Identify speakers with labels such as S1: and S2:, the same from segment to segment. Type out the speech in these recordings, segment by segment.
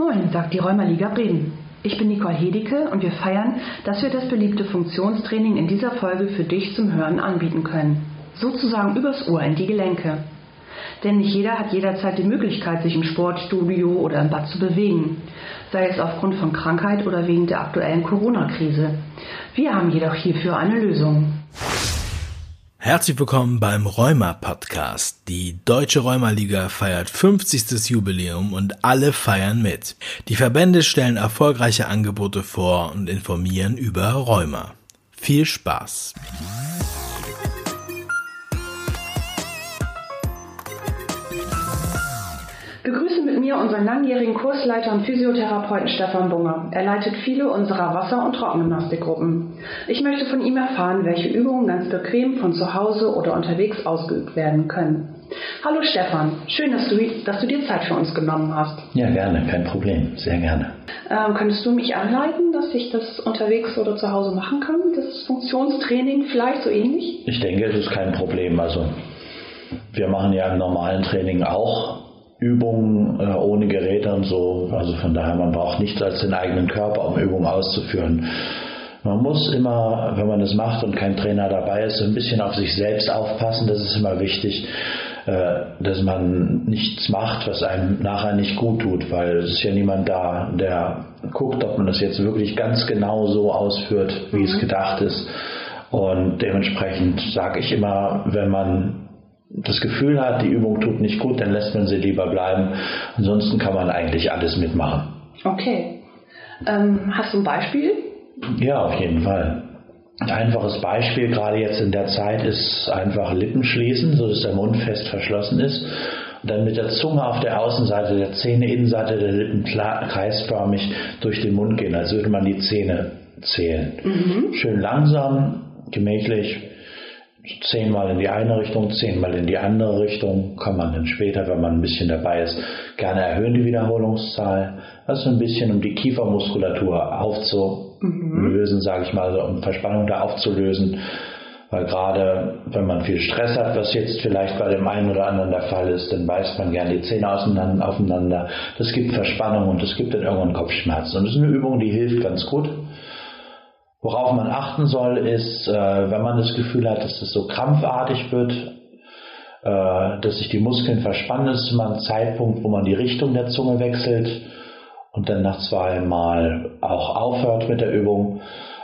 S1: Moin, sagt die Rheuma-Liga Bremen. Ich bin Nicole Hedicke und wir feiern, dass wir das beliebte Funktionstraining in dieser Folge für dich zum Hören anbieten können. Sozusagen übers Ohr in die Gelenke. Denn nicht jeder hat jederzeit die Möglichkeit, sich im Sportstudio oder im Bad zu bewegen, sei es aufgrund von Krankheit oder wegen der aktuellen Corona-Krise. Wir haben jedoch hierfür eine Lösung.
S2: Herzlich willkommen beim Rheuma-Podcast. Die Deutsche Rheuma-Liga feiert 50. Jubiläum und alle feiern mit. Die Verbände stellen erfolgreiche Angebote vor und informieren über Rheuma. Viel Spaß!
S1: Begrüße mit mir unseren langjährigen Kursleiter und Physiotherapeuten Stefan Bunger. Er leitet viele unserer Wasser- und Trockengymnastikgruppen. Ich möchte von ihm erfahren, welche Übungen ganz bequem von zu Hause oder unterwegs ausgeübt werden können. Hallo Stefan, schön, dass du dir Zeit für uns genommen hast.
S3: Ja, gerne, kein Problem, sehr gerne.
S1: Könntest du mich anleiten, dass ich das unterwegs oder zu Hause machen kann? Das Funktionstraining vielleicht so ähnlich?
S3: Ich denke, es ist kein Problem. Also wir machen ja im normalen Training auch Übungen ohne Geräte und so. Also von daher, man braucht nichts als den eigenen Körper, um Übungen auszuführen. Man muss immer, wenn man es macht und kein Trainer dabei ist, so ein bisschen auf sich selbst aufpassen. Das ist immer wichtig, dass man nichts macht, was einem nachher nicht gut tut, weil es ist ja niemand da, der guckt, ob man das jetzt wirklich ganz genau so ausführt, wie es gedacht ist. Und dementsprechend sage ich immer, wenn man das Gefühl hat, die Übung tut nicht gut, dann lässt man sie lieber bleiben. Ansonsten kann man eigentlich alles mitmachen.
S1: Okay. Hast du ein Beispiel?
S3: Ja, auf jeden Fall. Ein einfaches Beispiel, gerade jetzt in der Zeit, ist einfach Lippen schließen, sodass der Mund fest verschlossen ist. Und dann mit der Zunge auf der Außenseite der Zähne, Innenseite der Lippen kreisförmig durch den Mund gehen, als würde man die Zähne zählen. Schön langsam, gemächlich. 10-mal in die eine Richtung, 10-mal in die andere Richtung, kann man dann später, wenn man ein bisschen dabei ist, gerne erhöhen die Wiederholungszahl. Also ein bisschen, um die Kiefermuskulatur aufzulösen, sage ich mal, um Verspannung da aufzulösen. Weil gerade, wenn man viel Stress hat, was jetzt vielleicht bei dem einen oder anderen der Fall ist, dann beißt man gerne die Zähne aufeinander. Das gibt Verspannung und das gibt dann irgendwann Kopfschmerzen. Und das ist eine Übung, die hilft ganz gut. Worauf man achten soll, ist, wenn man das Gefühl hat, dass es so krampfartig wird, dass sich die Muskeln verspannen, ist immer ein Zeitpunkt, wo man die Richtung der Zunge wechselt und dann nach 2-mal auch aufhört mit der Übung.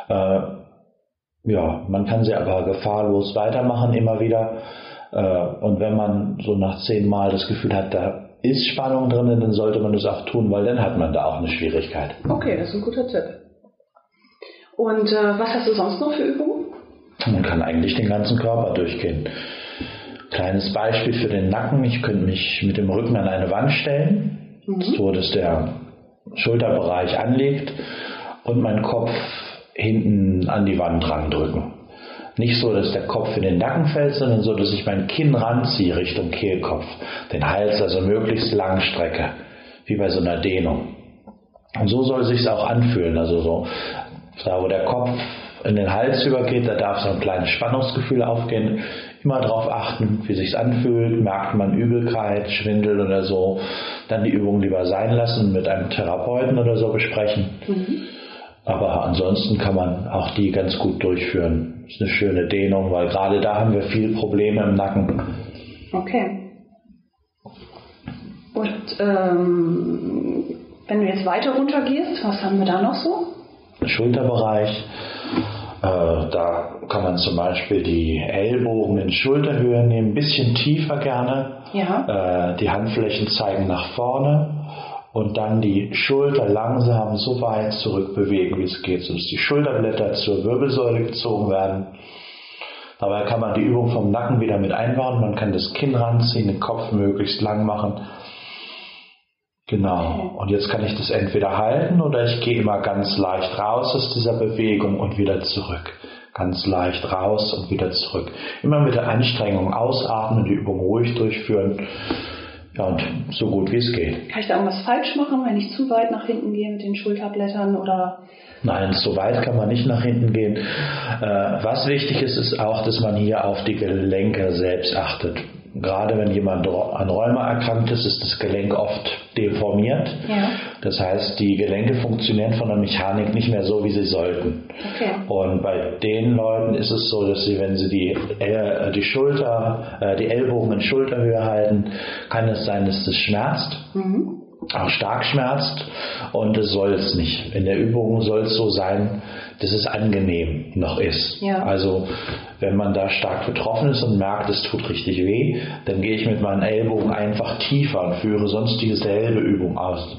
S3: Ja, man kann sie aber gefahrlos weitermachen immer wieder. Und wenn man so nach 10-mal das Gefühl hat, da ist Spannung drin, dann sollte man das auch tun, weil dann hat man da auch eine Schwierigkeit.
S1: Okay, das ist ein guter Tipp. Und was hast du sonst noch für Übungen?
S3: Man kann eigentlich den ganzen Körper durchgehen. Kleines Beispiel für den Nacken. Ich könnte mich mit dem Rücken an eine Wand stellen, so dass der Schulterbereich anliegt und meinen Kopf hinten an die Wand drücken. Nicht so, dass der Kopf in den Nacken fällt, sondern so, dass ich mein Kinn ranziehe Richtung Kehlkopf. Den Hals also möglichst lang strecke, wie bei so einer Dehnung. Und so soll es sich auch anfühlen. Also so, da wo der Kopf in den Hals übergeht, da darf so ein kleines Spannungsgefühl aufgehen. Immer darauf achten, wie sich's anfühlt. Merkt man Übelkeit, Schwindel oder so, dann die Übung lieber sein lassen, mit einem Therapeuten oder so besprechen. Aber ansonsten kann man auch die ganz gut durchführen. Das ist eine schöne Dehnung, weil gerade da haben wir viele Probleme im Nacken.
S1: Okay. Und wenn du jetzt weiter runter gehst, was haben wir da noch so?
S3: Schulterbereich. Da kann man zum Beispiel die Ellbogen in Schulterhöhe nehmen, ein bisschen tiefer gerne.
S1: Ja.
S3: Die Handflächen zeigen nach vorne und dann die Schulter langsam so weit zurückbewegen, wie es geht, sodass die Schulterblätter zur Wirbelsäule gezogen werden. Dabei kann man die Übung vom Nacken wieder mit einbauen. Man kann das Kinn ranziehen, den Kopf möglichst lang machen. Genau. Und jetzt kann ich das entweder halten oder ich gehe immer ganz leicht raus aus dieser Bewegung und wieder zurück. Ganz leicht raus und wieder zurück. Immer mit der Anstrengung ausatmen, die Übung ruhig durchführen. Ja, und so gut wie es geht.
S1: Kann ich da irgendwas falsch machen, wenn ich zu weit nach hinten gehe mit den Schulterblättern oder?
S3: Nein, so weit kann man nicht nach hinten gehen. Was wichtig ist, ist auch, dass man hier auf die Gelenke selbst achtet. Gerade wenn jemand an Rheuma erkrankt ist, ist das Gelenk oft deformiert.
S1: Ja.
S3: Das heißt, die Gelenke funktionieren von der Mechanik nicht mehr so, wie sie sollten.
S1: Okay.
S3: Und bei den Leuten ist es so, dass sie, wenn sie die Ellbogen in Schulterhöhe halten, kann es sein, dass das schmerzt. Auch stark schmerzt, und es soll es nicht. In der Übung soll es so sein, dass es angenehm noch ist.
S1: Ja.
S3: Also wenn man da stark betroffen ist und merkt, es tut richtig weh, dann gehe ich mit meinen Ellbogen einfach tiefer und führe sonst dieselbe Übung aus.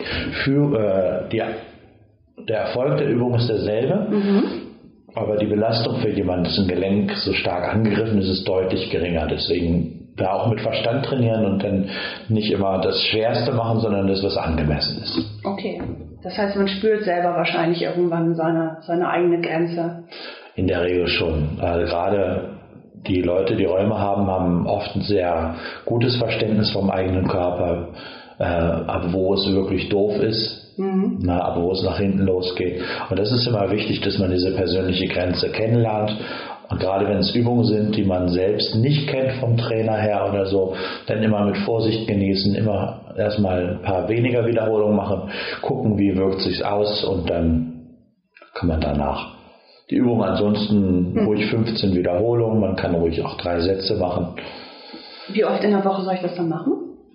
S3: Der Erfolg der Übung ist derselbe, aber die Belastung für jemanden, dessen Gelenk so stark angegriffen ist, ist deutlich geringer. Deswegen da auch mit Verstand trainieren und dann nicht immer das Schwerste machen, sondern das, was angemessen ist.
S1: Okay. Das heißt, man spürt selber wahrscheinlich irgendwann seine eigene Grenze.
S3: In der Regel schon. Also gerade die Leute, die Rheuma haben oft ein sehr gutes Verständnis vom eigenen Körper, ab wo es wirklich doof ist, ab wo es nach hinten losgeht. Und das ist immer wichtig, dass man diese persönliche Grenze kennenlernt. Und gerade wenn es Übungen sind, die man selbst nicht kennt vom Trainer her oder so, dann immer mit Vorsicht genießen, immer erstmal ein paar weniger Wiederholungen machen, gucken, wie wirkt sich's aus, und dann kann man danach die Übung ansonsten ruhig 15 Wiederholungen, man kann ruhig auch 3 Sätze machen.
S1: Wie oft in der Woche soll ich das dann machen?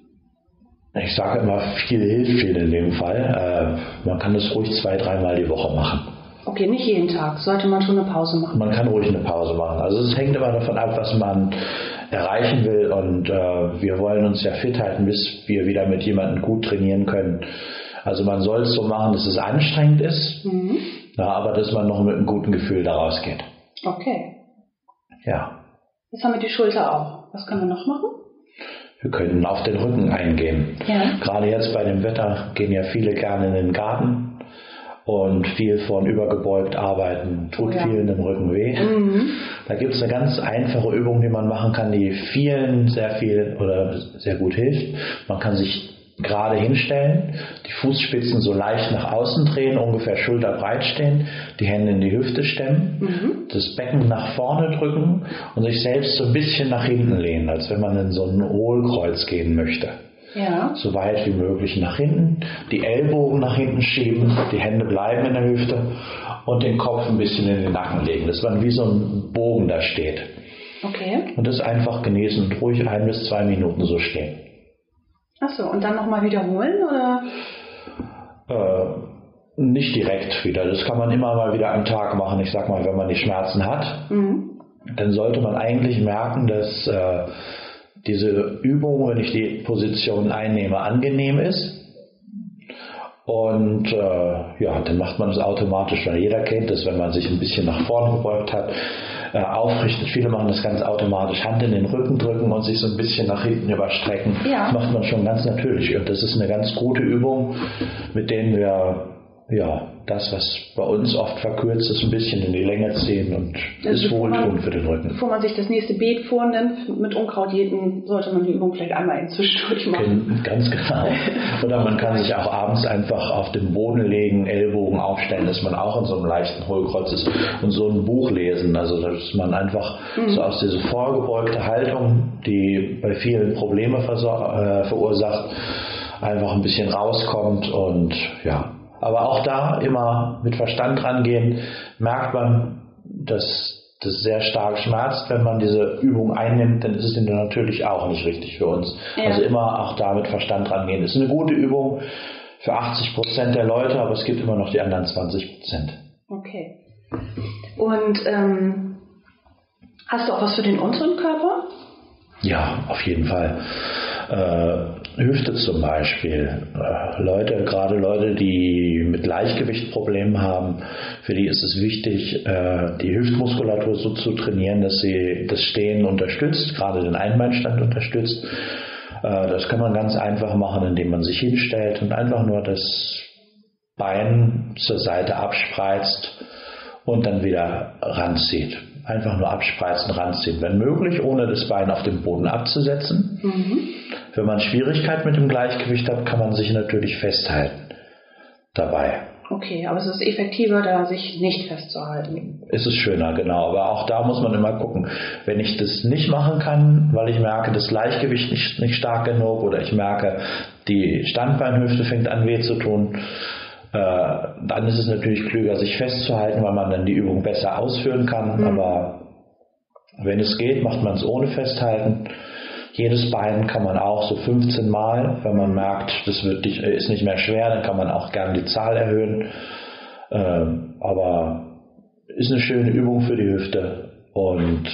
S3: Ich sage immer, viel hilft viel in dem Fall. Man kann das ruhig 2-3 Mal die Woche machen.
S1: Okay, nicht jeden Tag. Sollte man schon eine Pause machen?
S3: Man kann ruhig eine Pause machen. Also es hängt immer davon ab, was man erreichen will. Und wir wollen uns ja fit halten, bis wir wieder mit jemandem gut trainieren können. Also man soll es so machen, dass es anstrengend ist, aber dass man noch mit einem guten Gefühl da rausgeht.
S1: Okay.
S3: Ja.
S1: Jetzt haben wir die Schulter auch. Was können wir noch machen?
S3: Wir können auf den Rücken eingehen.
S1: Ja.
S3: Gerade jetzt bei dem Wetter gehen ja viele gerne in den Garten. Und viel von übergebeugt arbeiten, tut vielen den Rücken weh. Da gibt es eine ganz einfache Übung, die man machen kann, die vielen sehr viel oder sehr gut hilft. Man kann sich gerade hinstellen, die Fußspitzen so leicht nach außen drehen, ungefähr schulterbreit stehen, die Hände in die Hüfte stemmen, das Becken nach vorne drücken und sich selbst so ein bisschen nach hinten lehnen, als wenn man in so ein Hohlkreuz gehen möchte.
S1: Ja.
S3: So weit wie möglich nach hinten, die Ellbogen nach hinten schieben, die Hände bleiben in der Hüfte und den Kopf ein bisschen in den Nacken legen, dass man wie so ein Bogen da steht.
S1: Okay.
S3: Und das einfach genießen und ruhig 1 bis 2 Minuten so stehen.
S1: Achso, und dann nochmal wiederholen, oder?
S3: Nicht direkt wieder, das kann man immer mal wieder am Tag machen. Ich sag mal, wenn man die Schmerzen hat, dann sollte man eigentlich merken, dass diese Übung, wenn ich die Position einnehme, angenehm ist. Und dann macht man es automatisch, weil jeder kennt das, wenn man sich ein bisschen nach vorne gebeugt hat, aufrichtet. Viele machen das ganz automatisch, Hand in den Rücken drücken und sich so ein bisschen nach hinten überstrecken. Ja. Das macht man schon ganz natürlich. Und das ist eine ganz gute Übung, mit denen wir das, was bei uns oft verkürzt ist, ein bisschen in die Länge ziehen und ist wohltuend für den Rücken.
S1: Bevor man sich das nächste Beet vornimmt, mit Unkraut jeden, sollte man die Übung vielleicht einmal inzwischen machen.
S3: Ganz genau. Oder man kann sich auch abends einfach auf den Boden legen, Ellbogen aufstellen, dass man auch in so einem leichten Hohlkreuz ist und so ein Buch lesen. Also dass man einfach so aus dieser vorgebeugten Haltung, die bei vielen Probleme verursacht, einfach ein bisschen rauskommt und aber auch da immer mit Verstand rangehen, merkt man, dass das sehr stark schmerzt. Wenn man diese Übung einnimmt, dann ist es natürlich auch nicht richtig für uns. Ja. Also immer auch da mit Verstand rangehen. Das ist eine gute Übung für 80% der Leute, aber es gibt immer noch die anderen 20%.
S1: Okay. Und hast du auch was für den unteren Körper?
S3: Ja, auf jeden Fall. Hüfte zum Beispiel. Gerade Leute, die mit Gleichgewichtproblemen haben, für die ist es wichtig, die Hüftmuskulatur so zu trainieren, dass sie das Stehen unterstützt, gerade den Einbeinstand unterstützt. Das kann man ganz einfach machen, indem man sich hinstellt und einfach nur das Bein zur Seite abspreizt und dann wieder ranzieht. Einfach nur abspreizen, ranziehen. Wenn möglich, ohne das Bein auf dem Boden abzusetzen. Wenn man Schwierigkeit mit dem Gleichgewicht hat, kann man sich natürlich festhalten dabei.
S1: Okay, aber es ist effektiver, da sich nicht festzuhalten.
S3: Es ist schöner, genau. Aber auch da muss man immer gucken. Wenn ich das nicht machen kann, weil ich merke, das Gleichgewicht nicht stark genug oder ich merke, die Standbeinhüfte fängt an weh zu tun, dann ist es natürlich klüger, sich festzuhalten, weil man dann die Übung besser ausführen kann. Aber wenn es geht, macht man es ohne Festhalten. Jedes Bein kann man auch so 15 Mal, wenn man merkt, das ist nicht mehr schwer, dann kann man auch gerne die Zahl erhöhen. Aber ist eine schöne Übung für die Hüfte. Und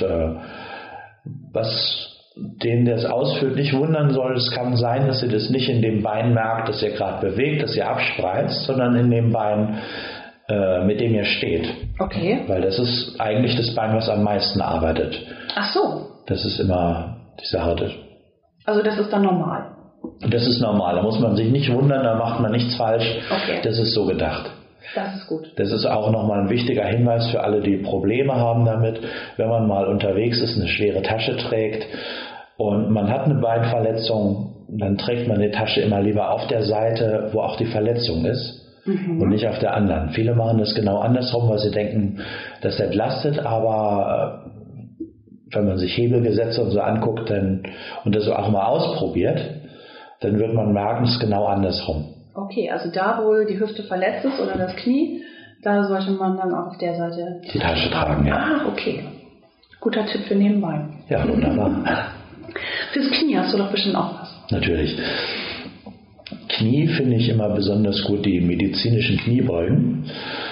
S3: was den, der es ausführt, nicht wundern soll, es kann sein, dass ihr das nicht in dem Bein merkt, das ihr gerade bewegt, das ihr abspreizt, sondern in dem Bein, mit dem ihr steht.
S1: Okay.
S3: Weil das ist eigentlich das Bein, was am meisten arbeitet.
S1: Ach so.
S3: Das ist immer die Sache.
S1: Also das ist dann normal?
S3: Das ist normal. Da muss man sich nicht wundern, da macht man nichts falsch.
S1: Okay.
S3: Das ist so gedacht.
S1: Das ist gut.
S3: Das ist auch nochmal ein wichtiger Hinweis für alle, die Probleme haben damit. Wenn man mal unterwegs ist, eine schwere Tasche trägt und man hat eine Beinverletzung, dann trägt man die Tasche immer lieber auf der Seite, wo auch die Verletzung ist. Und nicht auf der anderen. Viele machen das genau andersrum, weil sie denken, das entlastet, aber wenn man sich Hebelgesetze und so anguckt und das auch mal ausprobiert, dann wird man merken, es ist genau andersrum.
S1: Okay, also da, wo die Hüfte verletzt ist oder das Knie, da sollte man dann auch auf der Seite
S3: die Tasche tragen, ja.
S1: Ah, okay. Guter Tipp für nebenbei.
S3: Ja, wunderbar.
S1: Fürs Knie hast du doch bestimmt auch was.
S3: Natürlich. Knie finde ich immer besonders gut, die medizinischen Kniebeugen.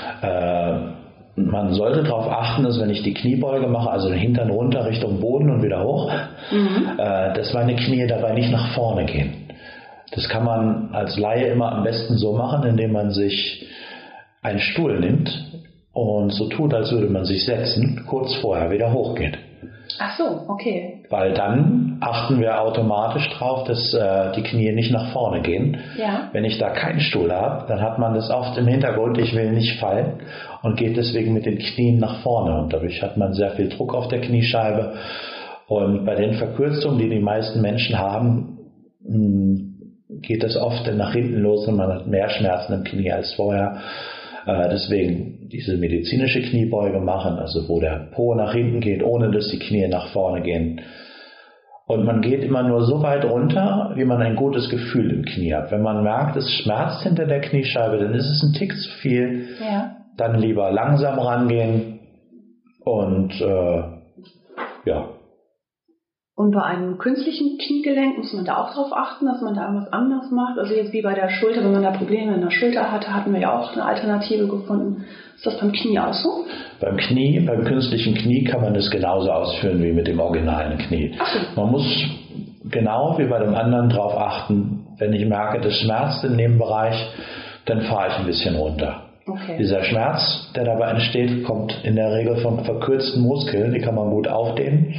S3: Man sollte darauf achten, dass wenn ich die Kniebeuge mache, also den Hintern runter Richtung Boden und wieder hoch, dass meine Knie dabei nicht nach vorne gehen. Das kann man als Laie immer am besten so machen, indem man sich einen Stuhl nimmt und so tut, als würde man sich setzen, kurz vorher wieder hochgeht.
S1: Ach so, okay.
S3: Weil dann achten wir automatisch drauf, dass die Knie nicht nach vorne gehen.
S1: Ja.
S3: Wenn ich da keinen Stuhl habe, dann hat man das oft im Hintergrund, ich will nicht fallen, und geht deswegen mit den Knien nach vorne. Und dadurch hat man sehr viel Druck auf der Kniescheibe. Und bei den Verkürzungen, die die meisten Menschen haben, geht das oft nach hinten los und man hat mehr Schmerzen im Knie als vorher. Deswegen diese medizinische Kniebeuge machen, also wo der Po nach hinten geht, ohne dass die Knie nach vorne gehen. Und man geht immer nur so weit runter, wie man ein gutes Gefühl im Knie hat. Wenn man merkt, es schmerzt hinter der Kniescheibe, dann ist es ein Tick zu viel.
S1: Ja.
S3: Dann lieber langsam rangehen und ja.
S1: Und bei einem künstlichen Kniegelenk muss man da auch drauf achten, dass man da irgendwas anderes macht. Also jetzt wie bei der Schulter, wenn man da Probleme in der Schulter hatte, hatten wir ja auch eine Alternative gefunden. Ist das beim Knie auch so? Beim
S3: künstlichen Knie kann man das genauso ausführen wie mit dem originalen Knie.
S1: Ach so.
S3: Man muss genau wie bei dem anderen drauf achten, wenn ich merke, das schmerzt in dem Bereich, dann fahre ich ein bisschen runter.
S1: Okay.
S3: Dieser Schmerz, der dabei entsteht, kommt in der Regel von verkürzten Muskeln, die kann man gut aufdehnen.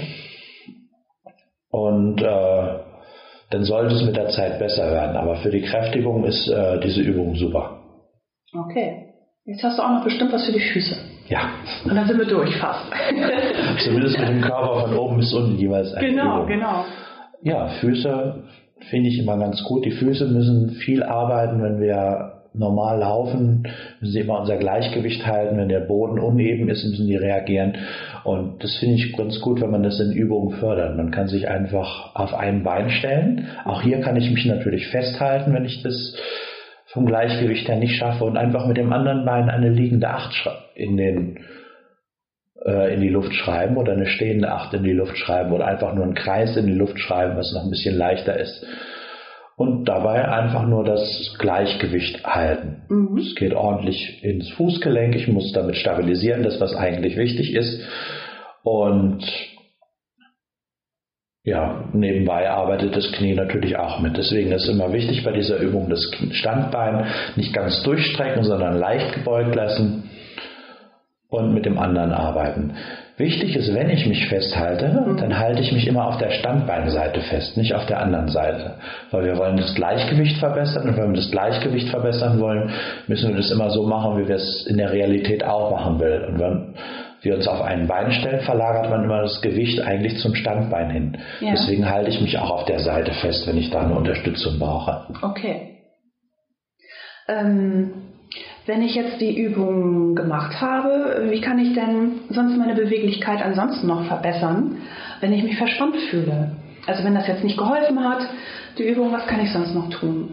S3: Und dann sollte es mit der Zeit besser werden. Aber für die Kräftigung ist diese Übung super.
S1: Okay. Jetzt hast du auch noch bestimmt was für die Füße.
S3: Ja.
S1: Und dann sind wir durch fast.
S3: Zumindest mit dem Körper von oben bis unten jeweils eine Übung.
S1: Genau.
S3: Ja, Füße finde ich immer ganz gut. Die Füße müssen viel arbeiten, wenn wir normal laufen, müssen sie immer unser Gleichgewicht halten. Wenn der Boden uneben ist, müssen die reagieren. Und das finde ich ganz gut, wenn man das in Übungen fördert. Man kann sich einfach auf ein Bein stellen. Auch hier kann ich mich natürlich festhalten, wenn ich das vom Gleichgewicht her nicht schaffe, und einfach mit dem anderen Bein eine liegende 8 in die Luft schreiben oder eine stehende 8 in die Luft schreiben oder einfach nur einen Kreis in die Luft schreiben, was noch ein bisschen leichter ist. Und dabei einfach nur das Gleichgewicht halten. Es geht ordentlich ins Fußgelenk. Ich muss damit stabilisieren, das was eigentlich wichtig ist. Und ja, nebenbei arbeitet das Knie natürlich auch mit. Deswegen ist immer wichtig bei dieser Übung das Standbein nicht ganz durchstrecken, sondern leicht gebeugt lassen und mit dem anderen arbeiten. Wichtig ist, wenn ich mich festhalte, dann halte ich mich immer auf der Standbeinseite fest, nicht auf der anderen Seite. Weil wir wollen das Gleichgewicht verbessern, und wenn wir das Gleichgewicht verbessern wollen, müssen wir das immer so machen, wie wir es in der Realität auch machen will. Und wenn wir uns auf ein Bein stellen, verlagert man immer das Gewicht eigentlich zum Standbein hin. Ja. Deswegen halte ich mich auch auf der Seite fest, wenn ich da eine Unterstützung brauche.
S1: Okay. Wenn ich jetzt die Übung gemacht habe, wie kann ich denn sonst meine Beweglichkeit ansonsten noch verbessern, wenn ich mich verspannt fühle? Also wenn das jetzt nicht geholfen hat, die Übung, was kann ich sonst noch tun?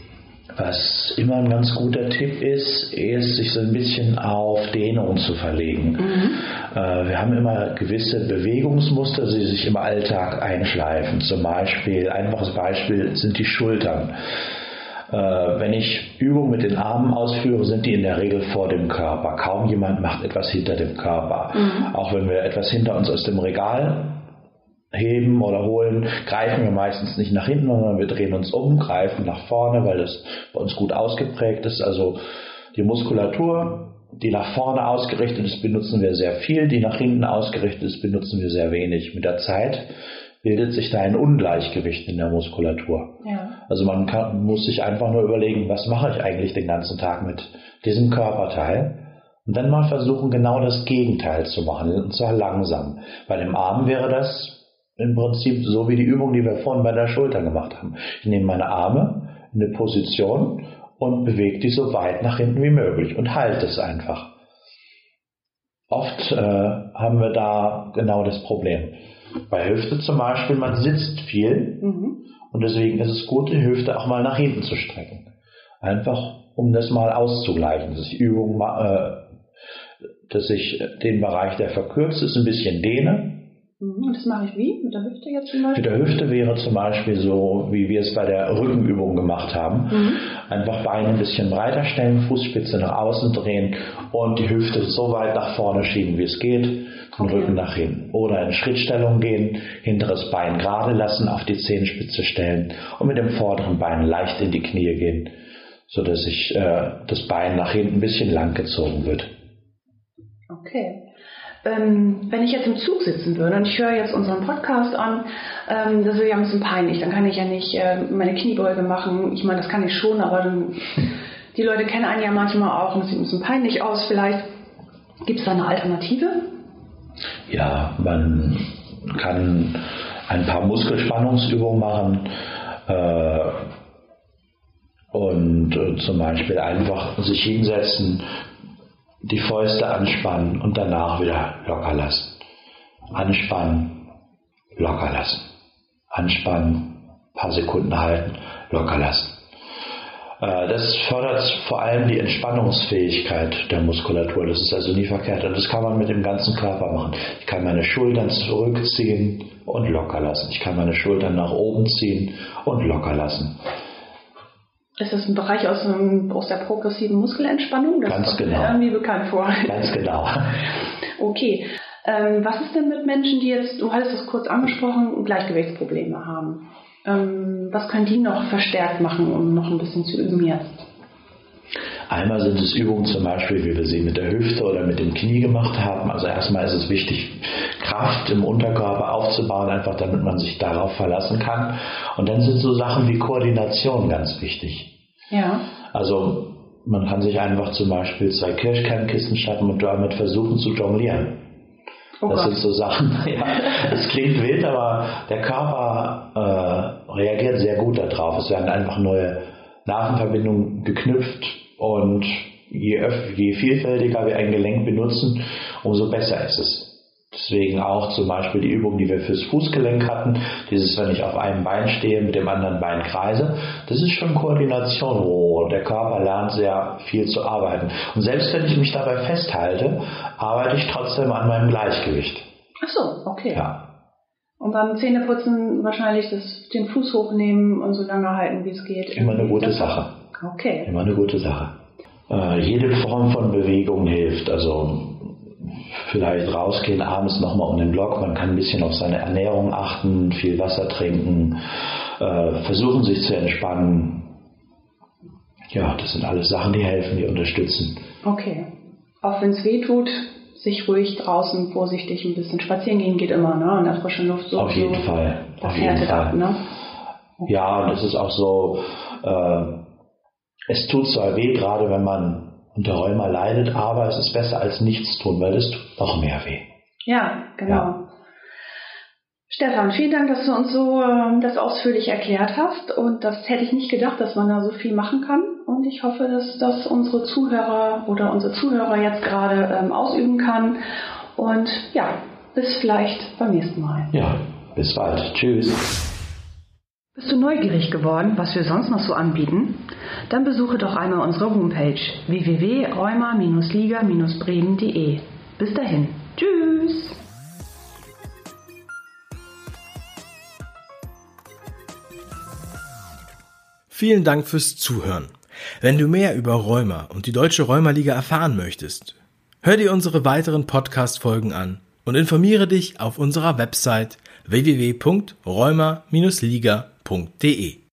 S3: Was immer ein ganz guter Tipp ist, sich so ein bisschen auf Dehnung zu verlegen. Wir haben immer gewisse Bewegungsmuster, die sich im Alltag einschleifen. Zum Beispiel, einfaches Beispiel sind die Schultern. Wenn ich Übungen mit den Armen ausführe, sind die in der Regel vor dem Körper. Kaum jemand macht etwas hinter dem Körper. Auch wenn wir etwas hinter uns aus dem Regal heben oder holen, greifen wir meistens nicht nach hinten, sondern wir drehen uns um, greifen nach vorne, weil das bei uns gut ausgeprägt ist. Also die Muskulatur, die nach vorne ausgerichtet ist, benutzen wir sehr viel, die nach hinten ausgerichtet ist, benutzen wir sehr wenig. Mit der Zeit bildet sich da ein Ungleichgewicht in der Muskulatur. Ja. Also man muss sich einfach nur überlegen, was mache ich eigentlich den ganzen Tag mit diesem Körperteil? Und dann mal versuchen, genau das Gegenteil zu machen, und zwar langsam. Bei dem Arm wäre das im Prinzip so wie die Übung, die wir vorhin bei der Schulter gemacht haben. Ich nehme meine Arme in eine Position und bewege die so weit nach hinten wie möglich und halte es einfach. Oft haben wir da genau das Problem. Bei Hüfte zum Beispiel, man sitzt viel und deswegen ist es gut, die Hüfte auch mal nach hinten zu strecken. Einfach, um das mal auszugleichen, dass ich Übungen, dass ich den Bereich, der verkürzt ist, ein bisschen dehne.
S1: Und das mache ich wie? Mit der Hüfte jetzt zum Beispiel?
S3: Mit der Hüfte wäre zum Beispiel so, wie wir es bei der Rückenübung gemacht haben. Einfach Beine ein bisschen breiter stellen, Fußspitze nach außen drehen und die Hüfte so weit nach vorne schieben, wie es geht, den Rücken nach hinten. Oder in Schrittstellung gehen, hinteres Bein gerade lassen, auf die Zehenspitze stellen und mit dem vorderen Bein leicht in die Knie gehen, sodass sich das Bein nach hinten ein bisschen lang gezogen wird.
S1: Okay. Wenn ich jetzt im Zug sitzen würde und ich höre jetzt unseren Podcast an, das ist ja ein bisschen peinlich, dann kann ich ja nicht meine Kniebeuge machen. Ich meine, das kann ich schon, aber dann, die Leute kennen einen ja manchmal auch und es sieht ein bisschen peinlich aus vielleicht. Gibt es da eine Alternative?
S3: Ja, man kann ein paar Muskelspannungsübungen machen und zum Beispiel einfach sich hinsetzen, die Fäuste anspannen und danach wieder locker lassen. Anspannen, locker lassen. Anspannen, ein paar Sekunden halten, locker lassen. Das fördert vor allem die Entspannungsfähigkeit der Muskulatur. Das ist also nie verkehrt. Und das kann man mit dem ganzen Körper machen. Ich kann meine Schultern zurückziehen und locker lassen. Ich kann meine Schultern nach oben ziehen und locker lassen.
S1: Ist das ein Bereich aus der progressiven Muskelentspannung? Das
S3: Ganz genau.
S1: Mir irgendwie bekannt vor.
S3: Ganz genau.
S1: Okay. Was ist denn mit Menschen, die jetzt, du hattest es kurz angesprochen, Gleichgewichtsprobleme haben? Was können die noch verstärkt machen, um noch ein bisschen zu üben jetzt?
S3: Einmal sind es Übungen zum Beispiel, wie wir sie mit der Hüfte oder mit dem Knie gemacht haben. Also erstmal ist es wichtig, Kraft im Unterkörper aufzubauen, einfach damit man sich darauf verlassen kann. Und dann sind so Sachen wie Koordination ganz wichtig.
S1: Ja.
S3: Also man kann sich einfach zum Beispiel 2 Kirschkernkissen schnappen und damit versuchen zu jonglieren. Oh das Gott. Sind so Sachen, ja, es klingt wild, aber der Körper reagiert sehr gut darauf. Es werden einfach neue Nervenverbindungen geknüpft und je vielfältiger wir ein Gelenk benutzen, umso besser ist es. Deswegen auch zum Beispiel die Übung, die wir fürs Fußgelenk hatten, dieses, wenn ich auf einem Bein stehe, mit dem anderen Bein kreise, das ist schon Koordination, wo der Körper lernt, sehr viel zu arbeiten. Und selbst wenn ich mich dabei festhalte, arbeite ich trotzdem an meinem Gleichgewicht.
S1: Ach so, okay.
S3: Ja.
S1: Und beim Zähneputzen wahrscheinlich den Fuß hochnehmen und so lange halten, wie es geht.
S3: Immer eine gute Sache.
S1: Okay.
S3: Immer eine gute Sache. Jede Form von Bewegung hilft. Also vielleicht rausgehen, abends nochmal um den Block. Man kann ein bisschen auf seine Ernährung achten, viel Wasser trinken, versuchen sich zu entspannen. Ja, das sind alles Sachen, die helfen, die unterstützen.
S1: Okay. Auch wenn es weh tut, sich ruhig draußen vorsichtig ein bisschen spazieren gehen geht immer, ne? In der frischen Luft so.
S3: Auf jeden Fall.
S1: Das härtet ab, ne?
S3: Okay. Ja, und es ist auch so, es tut zwar weh, gerade wenn man unter Rheuma leidet, aber es ist besser als nichts tun, weil es tut noch mehr weh.
S1: Ja, genau. Ja. Stefan, vielen Dank, dass du uns so das ausführlich erklärt hast. Und das hätte ich nicht gedacht, dass man da so viel machen kann. Und ich hoffe, dass das unsere Zuhörer oder unsere Zuhörer jetzt gerade ausüben kann. Und ja, bis vielleicht beim nächsten Mal.
S3: Ja, bis bald. Tschüss.
S1: Bist du neugierig geworden, was wir sonst noch so anbieten? Dann besuche doch einmal unsere Homepage www.rheuma-liga-bremen.de. Bis dahin. Tschüss.
S2: Vielen Dank fürs Zuhören. Wenn du mehr über Rheuma und die Deutsche Rheumaliga erfahren möchtest, hör dir unsere weiteren Podcast-Folgen an und informiere dich auf unserer Website www.rheuma-liga.de.